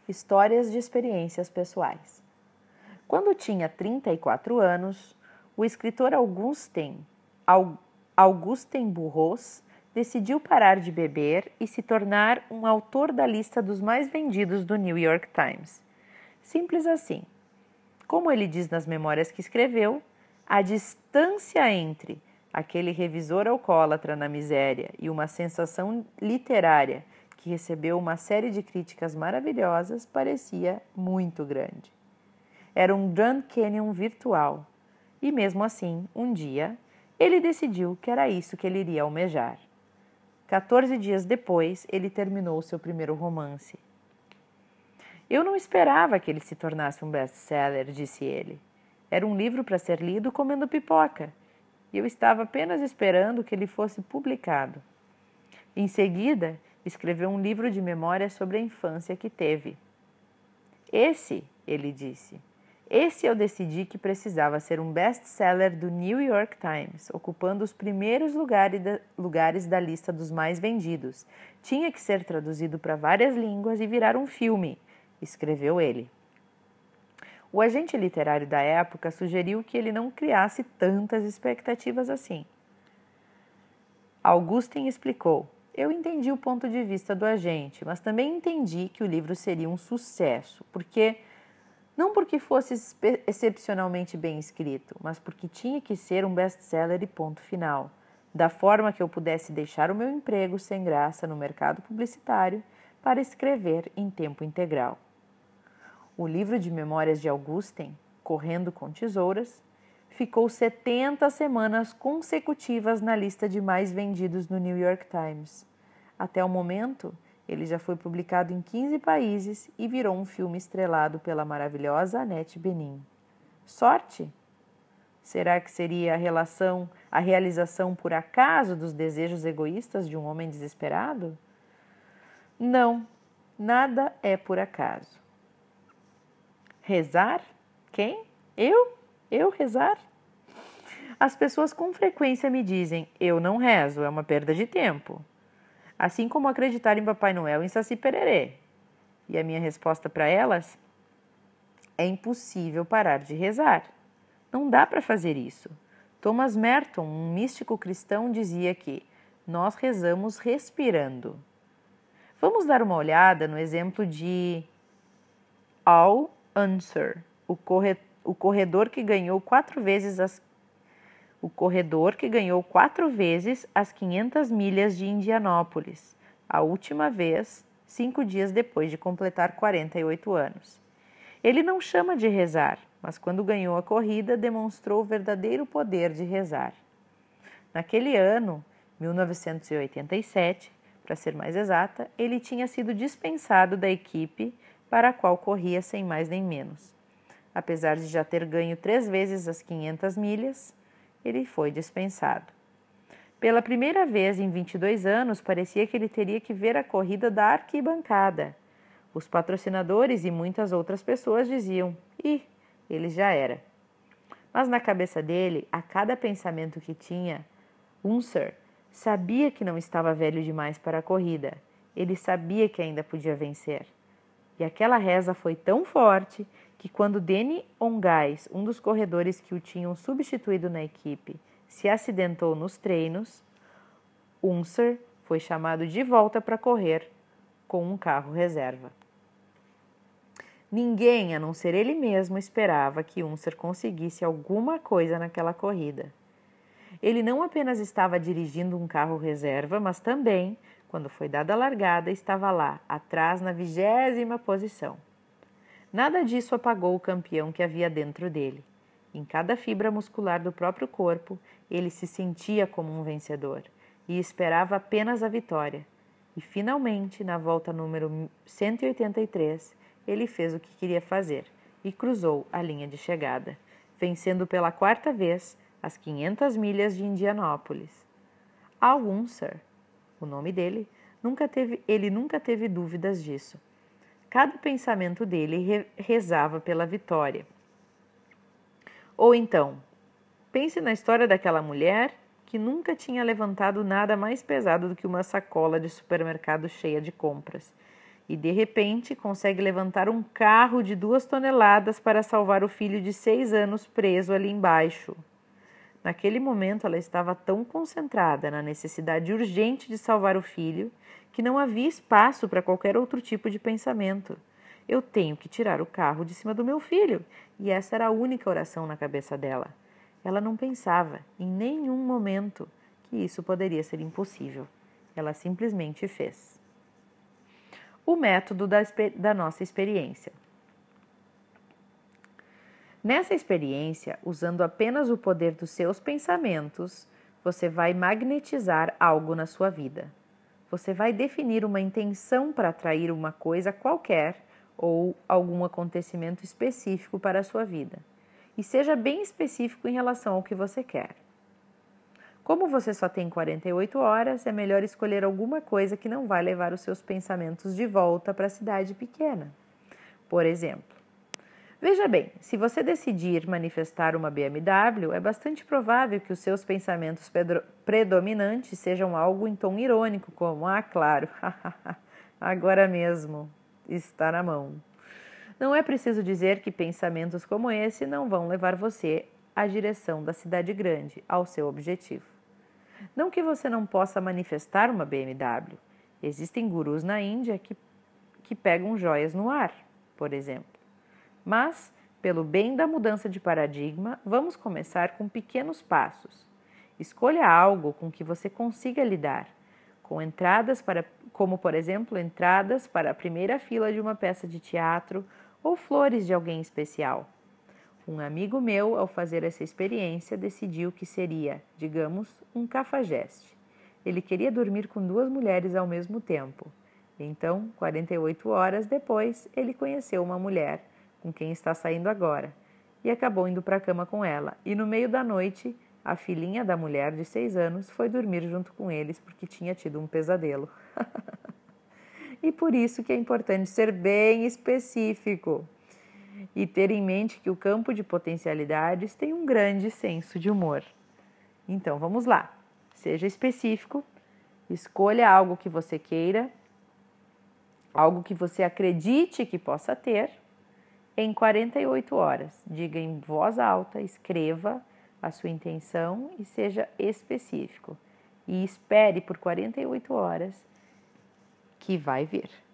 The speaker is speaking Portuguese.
Histórias de experiências pessoais. Quando tinha 34 anos, o escritor Augusten Burroughs decidiu parar de beber e se tornar um autor da lista dos mais vendidos do New York Times. Simples assim. Como ele diz nas memórias que escreveu, a distância entre aquele revisor alcoólatra na miséria e uma sensação literária que recebeu uma série de críticas maravilhosas parecia muito grande. Era um Grand Canyon virtual e, mesmo assim, um dia, ele decidiu que era isso que ele iria almejar. 14 dias depois, ele terminou seu primeiro romance. Eu não esperava que ele se tornasse um best-seller, disse ele. Era um livro para ser lido comendo pipoca, e eu estava apenas esperando que ele fosse publicado. Em seguida, escreveu um livro de memórias sobre a infância que teve. Ele disse, eu decidi que precisava ser um best-seller do New York Times, ocupando os primeiros lugares da lista dos mais vendidos. Tinha que ser traduzido para várias línguas e virar um filme, escreveu ele. O agente literário da época sugeriu que ele não criasse tantas expectativas assim. Augusten explicou, eu entendi o ponto de vista do agente, mas também entendi que o livro seria um sucesso, não porque fosse excepcionalmente bem escrito, mas porque tinha que ser um best-seller e ponto final, da forma que eu pudesse deixar o meu emprego sem graça no mercado publicitário para escrever em tempo integral. O livro de memórias de Augusten, Correndo com Tesouras, ficou 70 semanas consecutivas na lista de mais vendidos no New York Times. Até o momento, ele já foi publicado em 15 países e virou um filme estrelado pela maravilhosa Annette Bening. Sorte? Será que seria a realização por acaso dos desejos egoístas de um homem desesperado? Não, nada é por acaso. Rezar? Quem? Eu? Eu rezar? As pessoas com frequência me dizem, eu não rezo, é uma perda de tempo. Assim como acreditar em Papai Noel e em Saci Pererê. E a minha resposta para elas é impossível parar de rezar. Não dá para fazer isso. Thomas Merton, um místico cristão, dizia que nós rezamos respirando. Vamos dar uma olhada no exemplo de Al Unser, o corredor que ganhou 4 vezes as 500 milhas de Indianápolis, a última vez 5 dias depois de completar 48 anos. Ele não chama de rezar, mas quando ganhou a corrida demonstrou o verdadeiro poder de rezar. Naquele ano, 1987, para ser mais exata, ele tinha sido dispensado da equipe para a qual corria sem mais nem menos. Apesar de já ter ganho 3 vezes as 500 milhas, ele foi dispensado. Pela primeira vez em 22 anos, parecia que ele teria que ver a corrida da arquibancada. Os patrocinadores e muitas outras pessoas diziam, ele já era. Mas na cabeça dele, a cada pensamento que tinha, Unser sabia que não estava velho demais para a corrida. Ele sabia que ainda podia vencer. E aquela reza foi tão forte que quando Danny Ongais, um dos corredores que o tinham substituído na equipe, se acidentou nos treinos, Unser foi chamado de volta para correr com um carro reserva. Ninguém, a não ser ele mesmo, esperava que Unser conseguisse alguma coisa naquela corrida. Ele não apenas estava dirigindo um carro reserva, mas também, quando foi dada a largada, estava lá, atrás, na 20ª posição. Nada disso apagou o campeão que havia dentro dele. Em cada fibra muscular do próprio corpo, ele se sentia como um vencedor e esperava apenas a vitória. E, finalmente, na volta número 183, ele fez o que queria fazer e cruzou a linha de chegada, vencendo pela 4ª vez as 500 milhas de Indianápolis. Al Unser, o nome dele, nunca teve dúvidas disso. Cada pensamento dele rezava pela vitória. Ou então, pense na história daquela mulher que nunca tinha levantado nada mais pesado do que uma sacola de supermercado cheia de compras e de repente consegue levantar um carro de 2 toneladas para salvar o filho de 6 anos preso ali embaixo. Naquele momento, ela estava tão concentrada na necessidade urgente de salvar o filho que não havia espaço para qualquer outro tipo de pensamento. Eu tenho que tirar o carro de cima do meu filho. E essa era a única oração na cabeça dela. Ela não pensava, em nenhum momento, que isso poderia ser impossível. Ela simplesmente fez. O método da nossa experiência. Nessa experiência, usando apenas o poder dos seus pensamentos, você vai magnetizar algo na sua vida. Você vai definir uma intenção para atrair uma coisa qualquer ou algum acontecimento específico para a sua vida. E seja bem específico em relação ao que você quer. Como você só tem 48 horas, é melhor escolher alguma coisa que não vai levar os seus pensamentos de volta para a cidade pequena. Por exemplo, veja bem, se você decidir manifestar uma BMW, é bastante provável que os seus pensamentos predominantes sejam algo em tom irônico, como, claro, agora mesmo, está na mão. Não é preciso dizer que pensamentos como esse não vão levar você à direção da cidade grande, ao seu objetivo. Não que você não possa manifestar uma BMW. Existem gurus na Índia que pegam joias no ar, por exemplo. Mas, pelo bem da mudança de paradigma, vamos começar com pequenos passos. Escolha algo com que você consiga lidar, como por exemplo, entradas para a primeira fila de uma peça de teatro ou flores de alguém especial. Um amigo meu, ao fazer essa experiência, decidiu que seria, digamos, um cafajeste. Ele queria dormir com 2 mulheres ao mesmo tempo. Então, 48 horas depois, ele conheceu uma mulher com quem está saindo agora, e acabou indo para a cama com ela. E no meio da noite, a filhinha da mulher de 6 anos foi dormir junto com eles porque tinha tido um pesadelo. E por isso que é importante ser bem específico e ter em mente que o campo de potencialidades tem um grande senso de humor. Então, vamos lá. Seja específico, escolha algo que você queira, algo que você acredite que possa ter. Em 48 horas, diga em voz alta, escreva a sua intenção e seja específico. E espere por 48 horas que vai vir.